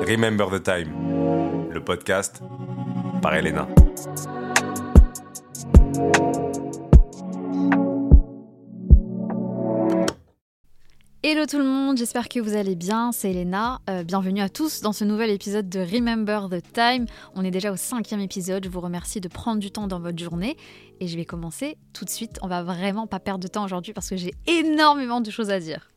Remember the Time, le podcast par Elena. Hello tout le monde, j'espère que vous allez bien, c'est Elena. Bienvenue à tous dans ce nouvel épisode de Remember the Time. On est déjà au 5e épisode, je vous remercie de prendre du temps dans votre journée. Et je vais commencer tout de suite, on va vraiment pas perdre de temps aujourd'hui parce que j'ai énormément de choses à dire.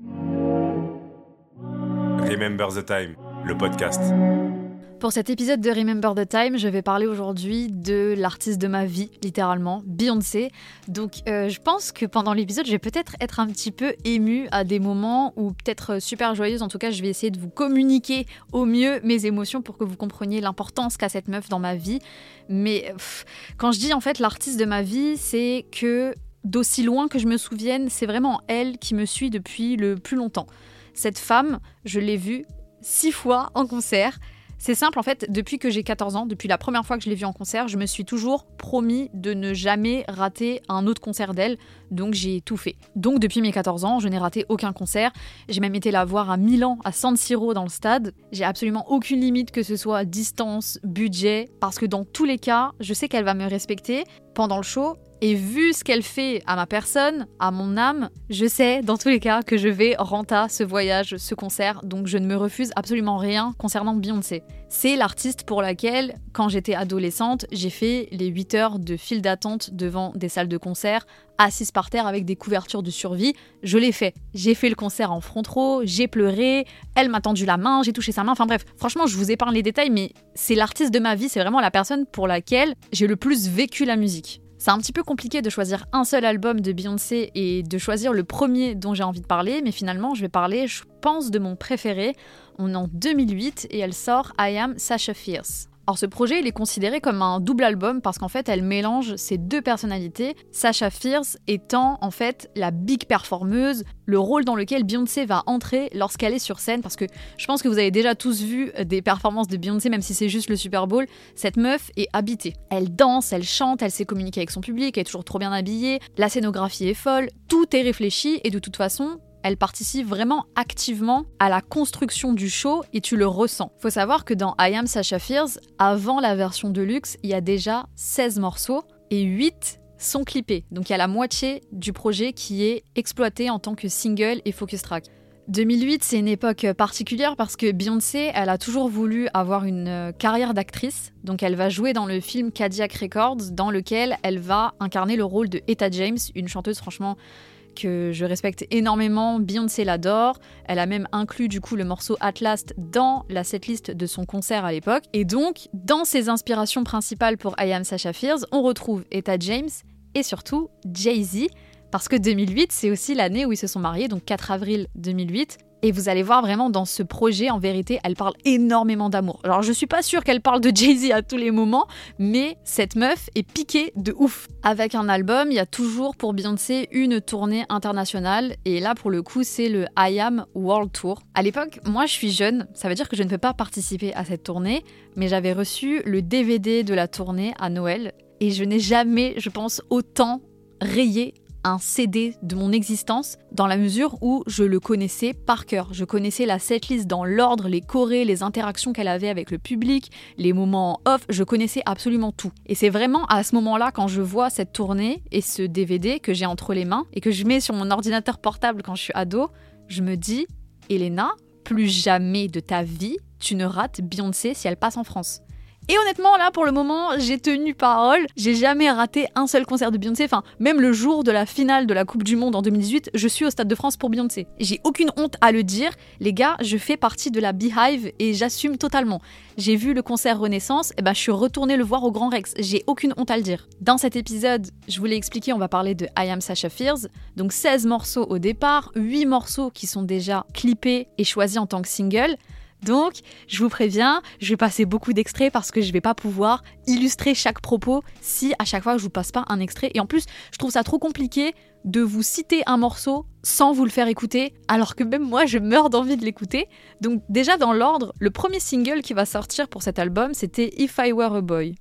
Remember the Time, le podcast. Pour cet épisode de Remember the Time, je vais parler aujourd'hui de l'artiste de ma vie, littéralement, Beyoncé. Donc je pense que pendant l'épisode, je vais peut-être être un petit peu émue à des moments ou peut-être super joyeuse. En tout cas, je vais essayer de vous communiquer au mieux mes émotions pour que vous compreniez l'importance qu'a cette meuf dans ma vie. Mais quand je dis en fait l'artiste de ma vie, c'est que d'aussi loin que je me souvienne, c'est vraiment elle qui me suit depuis le plus longtemps. Cette femme, je l'ai vue 6 fois en concert. C'est simple, en fait, depuis que j'ai 14 ans, depuis la première fois que je l'ai vue en concert, je me suis toujours promis de ne jamais rater un autre concert d'elle, donc j'ai tout fait. Donc depuis mes 14 ans, je n'ai raté aucun concert, j'ai même été la voir à Milan, à San Siro dans le stade. J'ai absolument aucune limite, que ce soit distance, budget, parce que dans tous les cas, je sais qu'elle va me respecter pendant le show. Et vu ce qu'elle fait à ma personne, à mon âme, je sais dans tous les cas que je vais renta ce voyage, ce concert, donc je ne me refuse absolument rien concernant Beyoncé. C'est l'artiste pour laquelle, quand j'étais adolescente, j'ai fait les 8 heures de file d'attente devant des salles de concert, assise par terre avec des couvertures de survie. Je l'ai fait. J'ai fait le concert en front row, j'ai pleuré, elle m'a tendu la main, j'ai touché sa main, enfin bref, franchement je vous épargne les détails, mais c'est l'artiste de ma vie, c'est vraiment la personne pour laquelle j'ai le plus vécu la musique. C'est un petit peu compliqué de choisir un seul album de Beyoncé et de choisir le premier dont j'ai envie de parler, mais finalement je vais parler, je pense, de mon préféré. On est en 2008 et elle sort I Am Sasha Fierce. Alors ce projet, il est considéré comme un double album parce qu'en fait, elle mélange ses deux personnalités, Sasha Fierce étant en fait la big performeuse, le rôle dans lequel Beyoncé va entrer lorsqu'elle est sur scène, parce que je pense que vous avez déjà tous vu des performances de Beyoncé, même si c'est juste le Super Bowl. Cette meuf est habitée. Elle danse, elle chante, elle sait communiquer avec son public, elle est toujours trop bien habillée, la scénographie est folle, tout est réfléchi et de toute façon, elle participe vraiment activement à la construction du show et tu le ressens. Faut savoir que dans I Am Sasha Fierce, avant la version deluxe, il y a déjà 16 morceaux et 8 sont clippés. Donc il y a la moitié du projet qui est exploité en tant que single et focus track. 2008, c'est une époque particulière parce que Beyoncé, elle a toujours voulu avoir une carrière d'actrice. Donc elle va jouer dans le film Cadillac Records, dans lequel elle va incarner le rôle de Etta James, une chanteuse franchement que je respecte énormément. Beyoncé l'adore. Elle a même inclus du coup le morceau Atlas dans la setlist de son concert à l'époque. Et donc, dans ses inspirations principales pour I Am Sasha Fierce, on retrouve Etta James et surtout Jay-Z, parce que 2008, c'est aussi l'année où ils se sont mariés, donc 4 avril 2008. Et vous allez voir vraiment dans ce projet, en vérité, elle parle énormément d'amour. Alors je suis pas sûre qu'elle parle de Jay-Z à tous les moments, mais cette meuf est piquée de ouf. Avec un album, il y a toujours pour Beyoncé une tournée internationale, et là pour le coup c'est le I Am World Tour. À l'époque, moi je suis jeune, ça veut dire que je ne peux pas participer à cette tournée, mais j'avais reçu le DVD de la tournée à Noël, et je n'ai jamais, je pense, autant rayé un CD de mon existence, dans la mesure où je le connaissais par cœur. Je connaissais la setlist dans l'ordre, les chorés, les interactions qu'elle avait avec le public, les moments en off, je connaissais absolument tout. Et c'est vraiment à ce moment-là, quand je vois cette tournée et ce DVD que j'ai entre les mains et que je mets sur mon ordinateur portable quand je suis ado, je me dis, Elena, plus jamais de ta vie, tu ne rates Beyoncé si elle passe en France. Et honnêtement, là, pour le moment, j'ai tenu parole. J'ai jamais raté un seul concert de Beyoncé. Enfin, même le jour de la finale de la Coupe du Monde en 2018, je suis au Stade de France pour Beyoncé. J'ai aucune honte à le dire. Les gars, je fais partie de la Beehive et j'assume totalement. J'ai vu le concert Renaissance, et je suis retournée le voir au Grand Rex. J'ai aucune honte à le dire. Dans cet épisode, je vous l'ai expliqué, on va parler de I Am Sasha Fierce. Donc 16 morceaux au départ, 8 morceaux qui sont déjà clippés et choisis en tant que single. Donc, je vous préviens, je vais passer beaucoup d'extraits parce que je vais pas pouvoir illustrer chaque propos si à chaque fois je vous passe pas un extrait. Et en plus, je trouve ça trop compliqué de vous citer un morceau sans vous le faire écouter, alors que même moi, je meurs d'envie de l'écouter. Donc déjà dans l'ordre, le premier single qui va sortir pour cet album, c'était If I Were a Boy.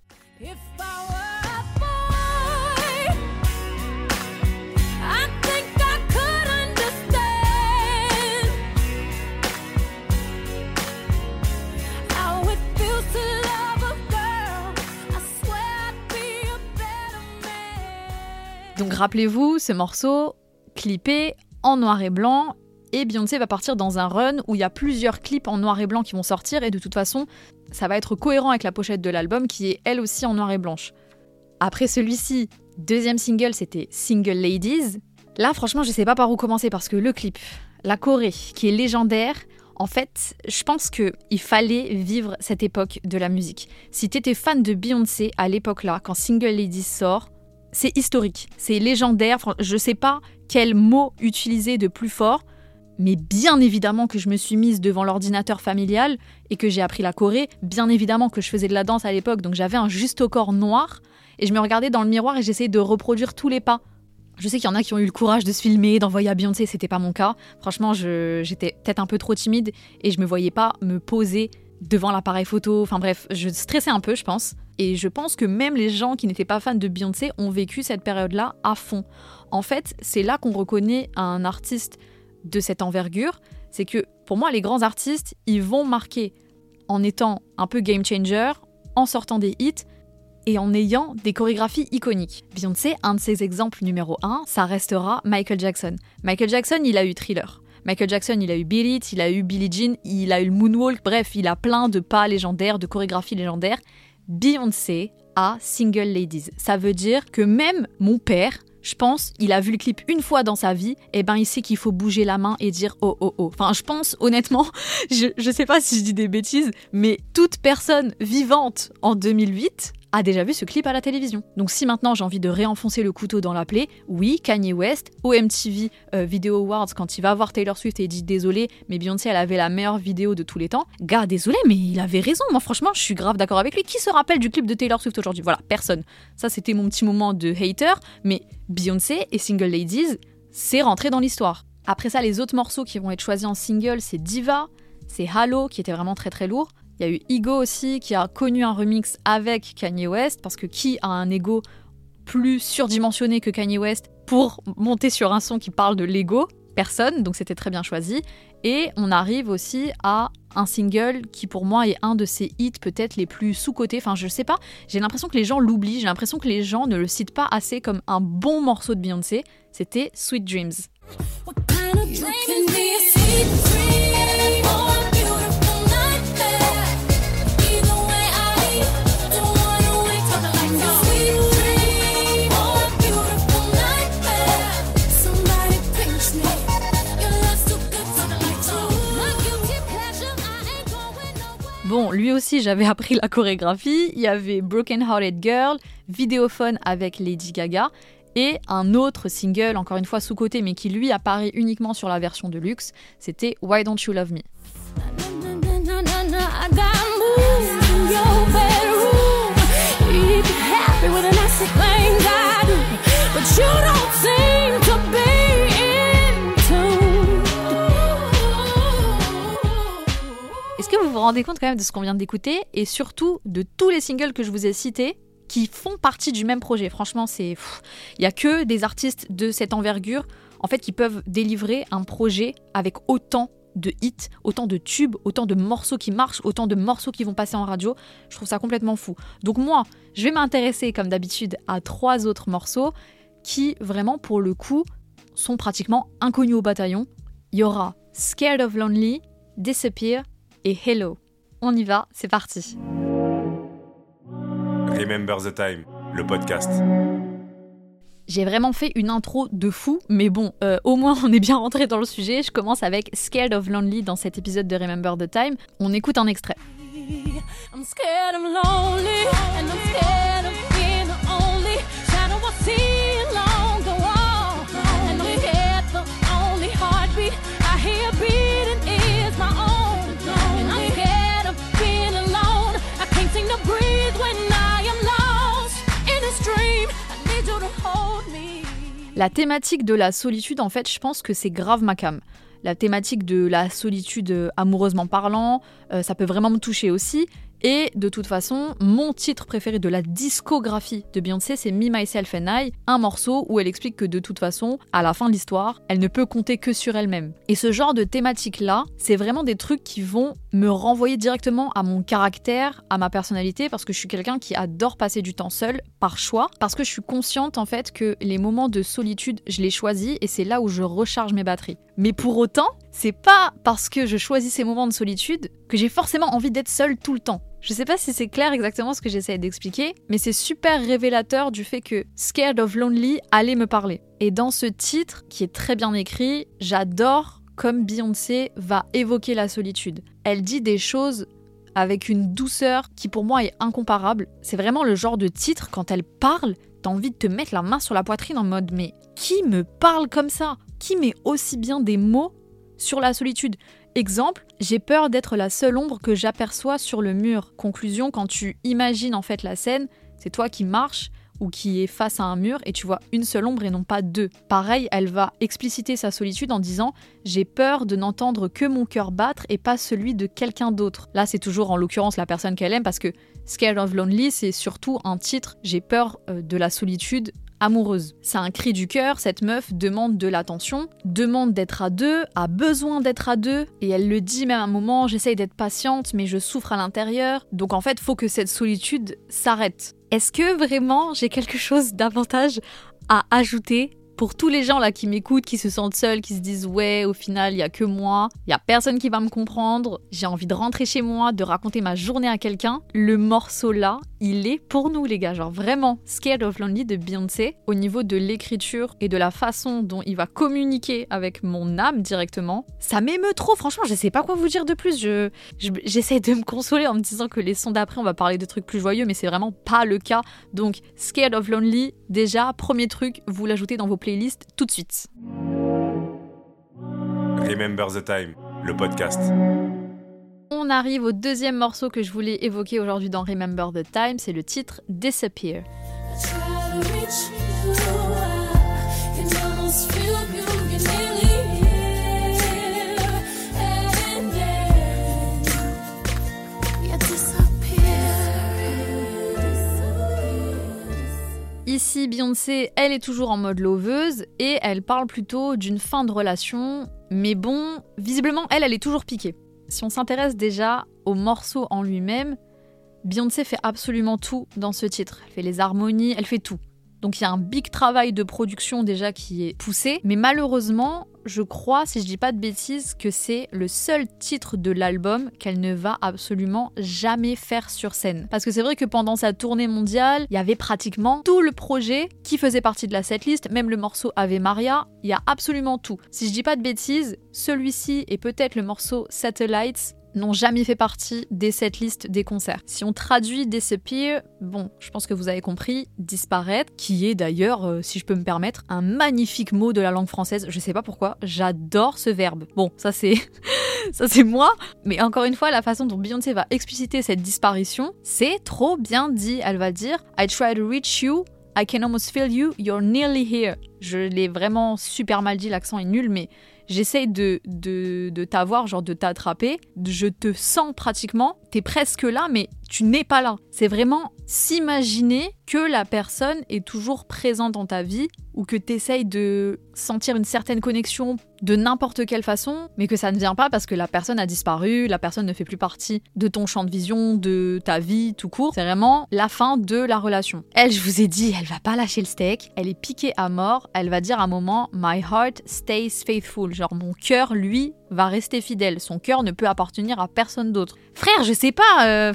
Donc rappelez-vous, ce morceau, clippé en noir et blanc, et Beyoncé va partir dans un run où il y a plusieurs clips en noir et blanc qui vont sortir, et de toute façon, ça va être cohérent avec la pochette de l'album qui est elle aussi en noir et blanche. Après celui-ci, deuxième single, c'était Single Ladies. Là, franchement, je sais pas par où commencer parce que le clip, la choré, qui est légendaire, en fait, je pense qu'il fallait vivre cette époque de la musique. Si t'étais fan de Beyoncé à l'époque-là, quand Single Ladies sort, c'est historique, c'est légendaire. Je sais pas quel mot utiliser de plus fort, mais bien évidemment que je me suis mise devant l'ordinateur familial et que j'ai appris la choré. Bien évidemment que je faisais de la danse à l'époque, donc j'avais un juste au corps noir et je me regardais dans le miroir et j'essayais de reproduire tous les pas. Je sais qu'il y en a qui ont eu le courage de se filmer, d'envoyer à Beyoncé, c'était pas mon cas. Franchement, j'étais peut-être un peu trop timide et je me voyais pas me poser devant l'appareil photo. Enfin bref, je stressais un peu, je pense. Et je pense que même les gens qui n'étaient pas fans de Beyoncé ont vécu cette période-là à fond. En fait, c'est là qu'on reconnaît un artiste de cette envergure. C'est que pour moi, les grands artistes, ils vont marquer en étant un peu game changer, en sortant des hits, et en ayant des chorégraphies iconiques. Beyoncé, un de ses exemples numéro 1, ça restera Michael Jackson. Michael Jackson, il a eu Thriller. Michael Jackson, il a eu Beat It, il a eu Billie Jean, il a eu le Moonwalk, bref, il a plein de pas légendaires, de chorégraphies légendaires. Beyoncé a Single Ladies. Ça veut dire que même mon père, je pense, il a vu le clip une fois dans sa vie, et ben il sait qu'il faut bouger la main et dire oh oh oh. Enfin, je pense honnêtement, je sais pas si je dis des bêtises, mais toute personne vivante en 2008 a déjà vu ce clip à la télévision. Donc si maintenant j'ai envie de réenfoncer le couteau dans la plaie, oui, Kanye West, au MTV Video Awards, quand il va voir Taylor Swift et il dit désolé, mais Beyoncé elle avait la meilleure vidéo de tous les temps. Gars, désolé, mais il avait raison. Moi franchement, je suis grave d'accord avec lui. Qui se rappelle du clip de Taylor Swift aujourd'hui ? Voilà, personne. Ça c'était mon petit moment de hater, mais Beyoncé et Single Ladies, c'est rentré dans l'histoire. Après ça, les autres morceaux qui vont être choisis en single, c'est Diva, c'est Halo, qui était vraiment très très lourd. Il y a eu Ego aussi, qui a connu un remix avec Kanye West, parce que qui a un ego plus surdimensionné que Kanye West pour monter sur un son qui parle de l'ego ? Personne, donc c'était très bien choisi. Et on arrive aussi à un single qui pour moi est un de ses hits peut-être les plus sous-cotés. Enfin, je sais pas, j'ai l'impression que les gens l'oublient, j'ai l'impression que les gens ne le citent pas assez comme un bon morceau de Beyoncé. C'était Sweet Dreams. Bon, lui aussi, j'avais appris la chorégraphie. Il y avait Broken Hearted Girl, Vidéophone avec Lady Gaga et un autre single, encore une fois sous-coté, mais qui lui apparaît uniquement sur la version de luxe, c'était Why Don't You Love Me. Est-ce que vous vous rendez compte quand même de ce qu'on vient d'écouter et surtout de tous les singles que je vous ai cités qui font partie du même projet ? Franchement, il y a que des artistes de cette envergure en fait qui peuvent délivrer un projet avec autant de hits, autant de tubes, autant de morceaux qui marchent, autant de morceaux qui vont passer en radio. Je trouve ça complètement fou. Donc moi, je vais m'intéresser comme d'habitude à 3 autres morceaux qui vraiment pour le coup sont pratiquement inconnus au bataillon. Il y aura Scared of Lonely, Disappear et Hello. On y va, c'est parti. Remember the Time, le podcast. J'ai vraiment fait une intro de fou, mais bon, au moins on est bien rentré dans le sujet. Je commence avec Scared of Lonely dans cet épisode de Remember the Time. On écoute un extrait. I'm scared of lonely, and I'm scared of being the only shadow I see along the wall. And I'm scared the only heartbeat I hear beating is my own. And I'm scared of being alone. I can't seem to breathe when I am lost in this dream. I need you to hold me. La thématique de la solitude, en fait, je pense que c'est grave ma came. La thématique de la solitude amoureusement parlant, ça peut vraiment me toucher aussi. Et de toute façon, mon titre préféré de la discographie de Beyoncé, c'est Me, Myself and I, un morceau où elle explique que de toute façon, à la fin de l'histoire, elle ne peut compter que sur elle-même. Et ce genre de thématique-là, c'est vraiment des trucs qui vont me renvoyer directement à mon caractère, à ma personnalité, parce que je suis quelqu'un qui adore passer du temps seul, par choix, parce que je suis consciente en fait que les moments de solitude, je les choisis et c'est là où je recharge mes batteries. Mais pour autant, c'est pas parce que je choisis ces moments de solitude que j'ai forcément envie d'être seule tout le temps. Je sais pas si c'est clair exactement ce que j'essaie d'expliquer, mais c'est super révélateur du fait que Scared of Lonely allait me parler. Et dans ce titre, qui est très bien écrit, j'adore comme Beyoncé va évoquer la solitude. Elle dit des choses avec une douceur qui pour moi est incomparable. C'est vraiment le genre de titre, quand elle parle, t'as envie de te mettre la main sur la poitrine en mode « mais qui me parle comme ça ? Qui met aussi bien des mots sur la solitude ?» Exemple, j'ai peur d'être la seule ombre que j'aperçois sur le mur. Conclusion, quand tu imagines en fait la scène, c'est toi qui marches ou qui est face à un mur et tu vois une seule ombre et non pas deux. Pareil, elle va expliciter sa solitude en disant « j'ai peur de n'entendre que mon cœur battre et pas celui de quelqu'un d'autre ». Là, c'est toujours en l'occurrence la personne qu'elle aime parce que Scared of Lonely, c'est surtout un titre « j'ai peur de la solitude ». Amoureuse. C'est un cri du cœur, cette meuf demande de l'attention, demande d'être à deux, a besoin d'être à deux, et elle le dit même à un moment, j'essaye d'être patiente, mais je souffre à l'intérieur. Donc en fait, faut que cette solitude s'arrête. Est-ce que vraiment j'ai quelque chose d'avantage à ajouter pour tous les gens là qui m'écoutent, qui se sentent seuls, qui se disent ouais, au final, il y a que moi, il y a personne qui va me comprendre, j'ai envie de rentrer chez moi, de raconter ma journée à quelqu'un. Le morceau là, il est pour nous les gars, genre vraiment Scared of Lonely de Beyoncé, au niveau de l'écriture et de la façon dont il va communiquer avec mon âme directement, ça m'émeut trop, franchement, je sais pas quoi vous dire de plus, j'essaie de me consoler en me disant que les sons d'après, on va parler de trucs plus joyeux, mais c'est vraiment pas le cas. Donc Scared of Lonely, déjà, premier truc, vous l'ajoutez dans vos playlists tout de suite. Remember the Time, le podcast. On arrive au deuxième morceau que je voulais évoquer aujourd'hui dans Remember the Time, c'est le titre Disappear. Ici, Beyoncé, elle est toujours en mode loveuse et elle parle plutôt d'une fin de relation. Mais bon, visiblement, elle est toujours piquée. Si on s'intéresse déjà au morceau en lui-même, Beyoncé fait absolument tout dans ce titre. Elle fait les harmonies, elle fait tout. Donc il y a un big travail de production déjà qui est poussé. Mais malheureusement, je crois, si je dis pas de bêtises, que c'est le seul titre de l'album qu'elle ne va absolument jamais faire sur scène. Parce que c'est vrai que pendant sa tournée mondiale, il y avait pratiquement tout le projet qui faisait partie de la setlist, même le morceau Ave Maria, il y a absolument tout. Si je dis pas de bêtises, celui-ci et peut-être le morceau Satellites n'ont jamais fait partie des setlists des concerts. Si on traduit Disappear, bon, je pense que vous avez compris, disparaître, qui est d'ailleurs, si je peux me permettre, un magnifique mot de la langue française. Je sais pas pourquoi, j'adore ce verbe. Bon, ça c'est moi, mais encore une fois, la façon dont Beyoncé va expliciter cette disparition, c'est trop bien dit. Elle va dire « I try to reach you, I can almost feel you, you're nearly here ». Je l'ai vraiment super mal dit, l'accent est nul, mais j'essaye de t'avoir, genre de t'attraper, je te sens pratiquement, t'es presque là, mais tu n'es pas là. C'est vraiment s'imaginer que la personne est toujours présente dans ta vie ou que t'essayes de sentir une certaine connexion de n'importe quelle façon, mais que ça ne vient pas parce que la personne a disparu, la personne ne fait plus partie de ton champ de vision, de ta vie tout court. C'est vraiment la fin de la relation. Elle, je vous ai dit, elle va pas lâcher le steak, elle est piquée à mort, elle va dire à un moment « My heart stays faithful », genre mon cœur, lui, va rester fidèle. Son cœur ne peut appartenir à personne d'autre. Frère, je sais pas...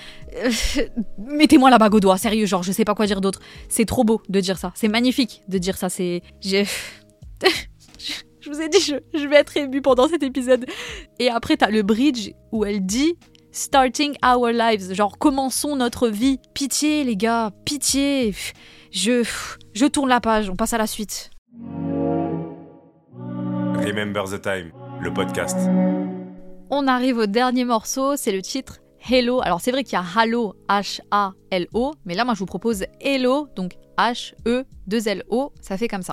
mettez-moi la bague au doigt, sérieux, genre je sais pas quoi dire d'autre. C'est trop beau de dire ça, c'est magnifique de dire ça, c'est... Je vous ai dit, je vais être émue pendant cet épisode. Et après t'as le bridge où elle dit « Starting our lives », genre commençons notre vie. Pitié les gars, pitié. Je tourne la page, on passe à la suite. Remember the Time, le podcast. On arrive au dernier morceau, c'est le titre Hello. Alors c'est vrai qu'il y a Halo, H-A-L-O, mais là moi je vous propose Hello, donc H-E-2-L-O, ça fait comme ça.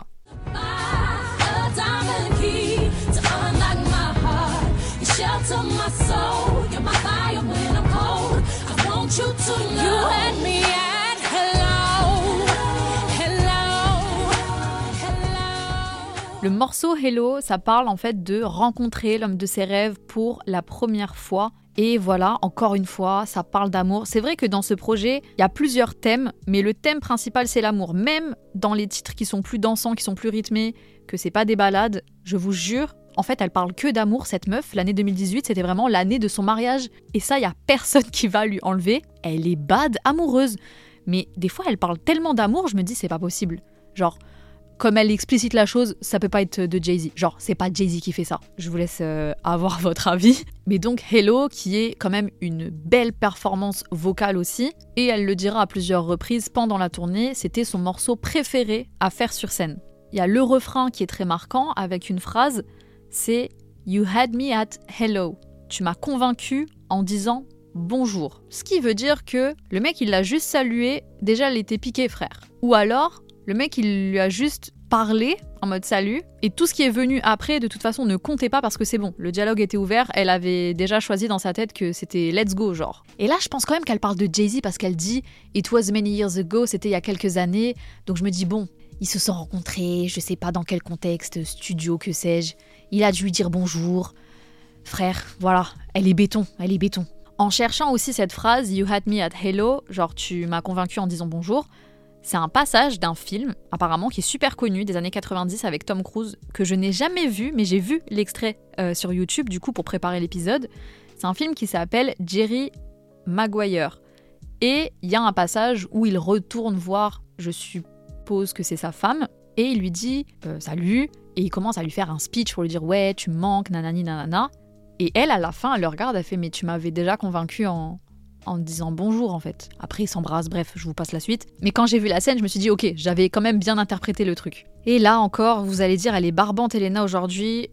Le morceau Hello, ça parle en fait de rencontrer l'homme de ses rêves pour la première fois. Et voilà, encore une fois, ça parle d'amour. C'est vrai que dans ce projet, il y a plusieurs thèmes, mais le thème principal, c'est l'amour. Même dans les titres qui sont plus dansants, qui sont plus rythmés, que c'est pas des ballades, je vous jure, en fait, elle parle que d'amour, cette meuf. L'année 2018, c'était vraiment l'année de son mariage. Et ça, il y a personne qui va lui enlever. Elle est bad amoureuse. Mais des fois, elle parle tellement d'amour, je me dis, c'est pas possible. Genre, comme elle explicite la chose, ça peut pas être de Jay-Z. Genre, c'est pas Jay-Z qui fait ça. Je vous laisse avoir votre avis. Mais donc, Hello, qui est quand même une belle performance vocale aussi. Et elle le dira à plusieurs reprises pendant la tournée, c'était son morceau préféré à faire sur scène. Il y a le refrain qui est très marquant avec une phrase, c'est « You had me at hello ». Tu m'as convaincu en disant « bonjour ». Ce qui veut dire que le mec, il l'a juste salué, déjà, elle était piquée, frère. Ou alors, le mec, il lui a juste parlé en mode salut, et tout ce qui est venu après, de toute façon, ne comptait pas parce que c'est bon. Le dialogue était ouvert, elle avait déjà choisi dans sa tête que c'était let's go, genre. Et là, je pense quand même qu'elle parle de Jay-Z parce qu'elle dit « It was many years ago », c'était il y a quelques années, donc je me dis bon, ils se sont rencontrés, je sais pas dans quel contexte, studio, que sais-je. Il a dû lui dire bonjour. Frère, voilà, elle est béton, elle est béton. En cherchant aussi cette phrase « You had me at hello », genre tu m'as convaincu en disant bonjour, c'est un passage d'un film, apparemment, qui est super connu, des années 90 avec Tom Cruise, que je n'ai jamais vu, mais j'ai vu l'extrait sur YouTube, du coup, pour préparer l'épisode. C'est un film qui s'appelle Jerry Maguire. Et il y a un passage où il retourne voir, je suppose que c'est sa femme, et il lui dit « Salut », et il commence à lui faire un speech pour lui dire « Ouais, tu me manques, nanani, nanana ». Et elle, à la fin, elle le regarde, elle fait « Mais tu m'avais déjà convaincu en disant bonjour en fait ». Après ils s'embrassent, bref, je vous passe la suite. Mais quand j'ai vu la scène, je me suis dit ok, j'avais quand même bien interprété le truc. Et là encore, vous allez dire, elle est barbante Elena aujourd'hui.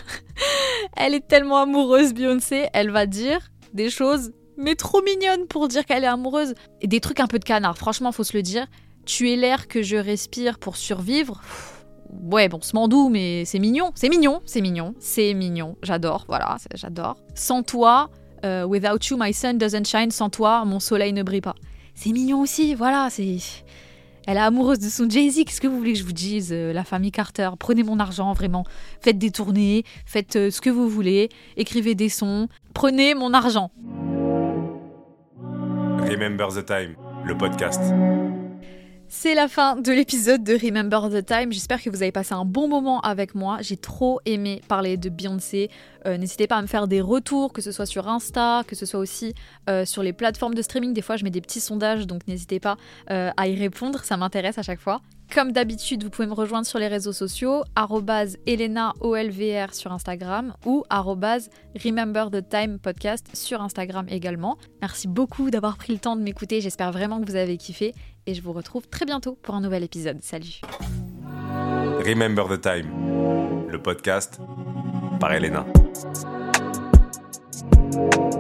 Elle est tellement amoureuse Beyoncé, elle va dire des choses mais trop mignonnes pour dire qu'elle est amoureuse. Et des trucs un peu de canard, franchement faut se le dire. Tu es l'air que je respire pour survivre. Ouais, bon, c'est doux, mais c'est mignon, c'est mignon, c'est mignon, c'est mignon. J'adore, voilà, j'adore. Sans toi... without you, my sun doesn't shine. Sans toi, mon soleil ne brille pas. C'est mignon aussi, voilà. Elle est amoureuse de son Jay-Z. Qu'est-ce que vous voulez que je vous dise, la famille Carter, prenez mon argent, vraiment. Faites des tournées, faites ce que vous voulez. Écrivez des sons. Prenez mon argent. Remember the Time, le podcast. C'est la fin de l'épisode de Remember the Time. J'espère que vous avez passé un bon moment avec moi. J'ai trop aimé parler de Beyoncé. N'hésitez pas à me faire des retours, que ce soit sur Insta, que ce soit aussi sur les plateformes de streaming. Des fois, je mets des petits sondages, donc n'hésitez pas à y répondre. Ça m'intéresse à chaque fois. Comme d'habitude, vous pouvez me rejoindre sur les réseaux sociaux, @ElenaOLVR sur Instagram ou @Remember the Time podcast sur Instagram également. Merci beaucoup d'avoir pris le temps de m'écouter. J'espère vraiment que vous avez kiffé. Et je vous retrouve très bientôt pour un nouvel épisode. Salut. Remember the Time, le podcast par Elena.